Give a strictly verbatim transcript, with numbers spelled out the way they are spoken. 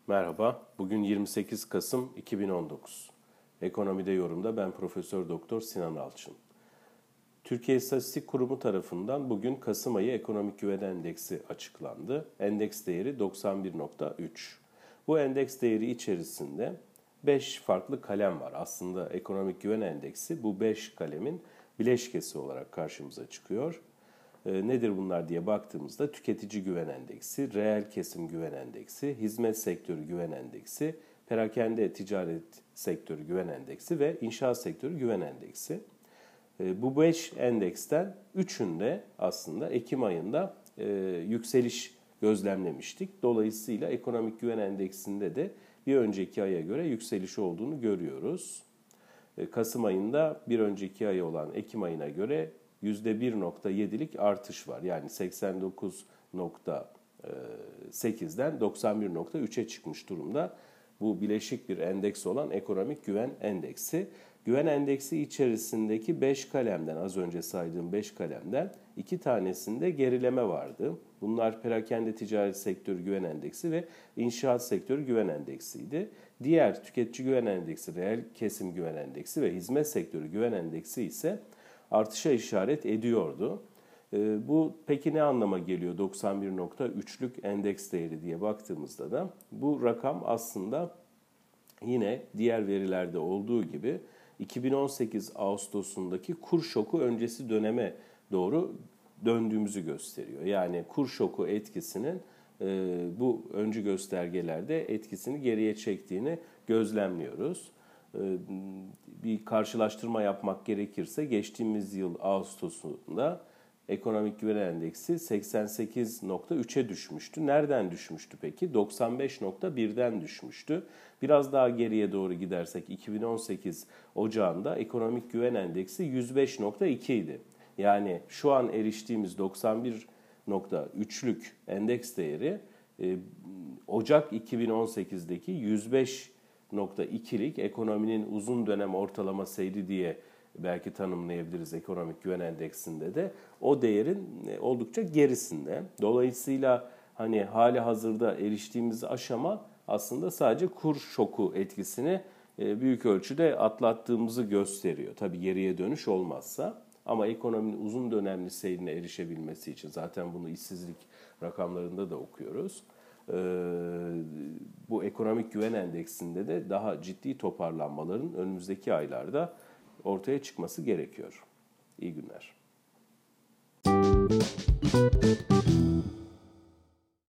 Merhaba, bugün yirmi sekiz Kasım iki bin on dokuz. Ekonomide yorumda ben Profesör Doktor Sinan Alçın. Türkiye İstatistik Kurumu tarafından bugün Kasım ayı Ekonomik Güven Endeksi açıklandı. Endeks değeri doksan bir nokta üç. Bu endeks değeri içerisinde beş farklı kalem var. Aslında Ekonomik Güven Endeksi bu beş kalemin bileşkesi olarak karşımıza çıkıyor. E, nedir bunlar diye baktığımızda tüketici güven endeksi, reel kesim güven endeksi, hizmet sektörü güven endeksi, perakende ticaret sektörü güven endeksi ve inşaat sektörü güven endeksi. E, bu beş endeksten üçünde aslında Ekim ayında e, yükseliş gözlemlemiştik. Dolayısıyla ekonomik güven endeksinde de bir önceki aya göre yükseliş olduğunu görüyoruz. E, Kasım ayında bir önceki ay olan Ekim ayına göre yüzde bir nokta yedilik artış var. Yani seksen dokuz nokta sekizden doksan bir nokta üçe çıkmış durumda. Bu bileşik bir endeks olan ekonomik güven endeksi. Güven endeksi içerisindeki beş kalemden, az önce saydığım beş kalemden iki tanesinde gerileme vardı. Bunlar perakende ticaret sektörü güven endeksi ve inşaat sektörü güven endeksiydi. Diğer tüketici güven endeksi, reel kesim güven endeksi ve hizmet sektörü güven endeksi ise artışa işaret ediyordu. Bu peki ne anlama geliyor doksan bir nokta üçlük endeks değeri diye baktığımızda da bu rakam aslında yine diğer verilerde olduğu gibi iki bin on sekiz Ağustos'undaki kur şoku öncesi döneme doğru döndüğümüzü gösteriyor. Yani kur şoku etkisinin bu öncü göstergelerde etkisini geriye çektiğini gözlemliyoruz. Bir karşılaştırma yapmak gerekirse geçtiğimiz yıl Ağustos'unda ekonomik güven endeksi seksen sekiz nokta üçe düşmüştü. Nereden düşmüştü peki? doksan beş nokta birden düşmüştü. Biraz daha geriye doğru gidersek iki bin on sekiz Ocağı'nda ekonomik güven endeksi yüz beş nokta iki idi. Yani şu an eriştiğimiz doksan bir nokta üçlük endeks değeri Ocak iki bin on sekizdeki yüz beş nokta ikilik ekonominin uzun dönem ortalama seyri diye belki tanımlayabiliriz ekonomik güven endeksinde de o değerin oldukça gerisinde. Dolayısıyla hani hali hazırda eriştiğimiz aşama aslında sadece kur şoku etkisini büyük ölçüde atlattığımızı gösteriyor. Tabii geriye dönüş olmazsa. Ama ekonominin uzun dönemli seyrine erişebilmesi için zaten bunu işsizlik rakamlarında da okuyoruz. Bu ekonomik güven endeksinde de daha ciddi toparlanmaların önümüzdeki aylarda ortaya çıkması gerekiyor. İyi günler.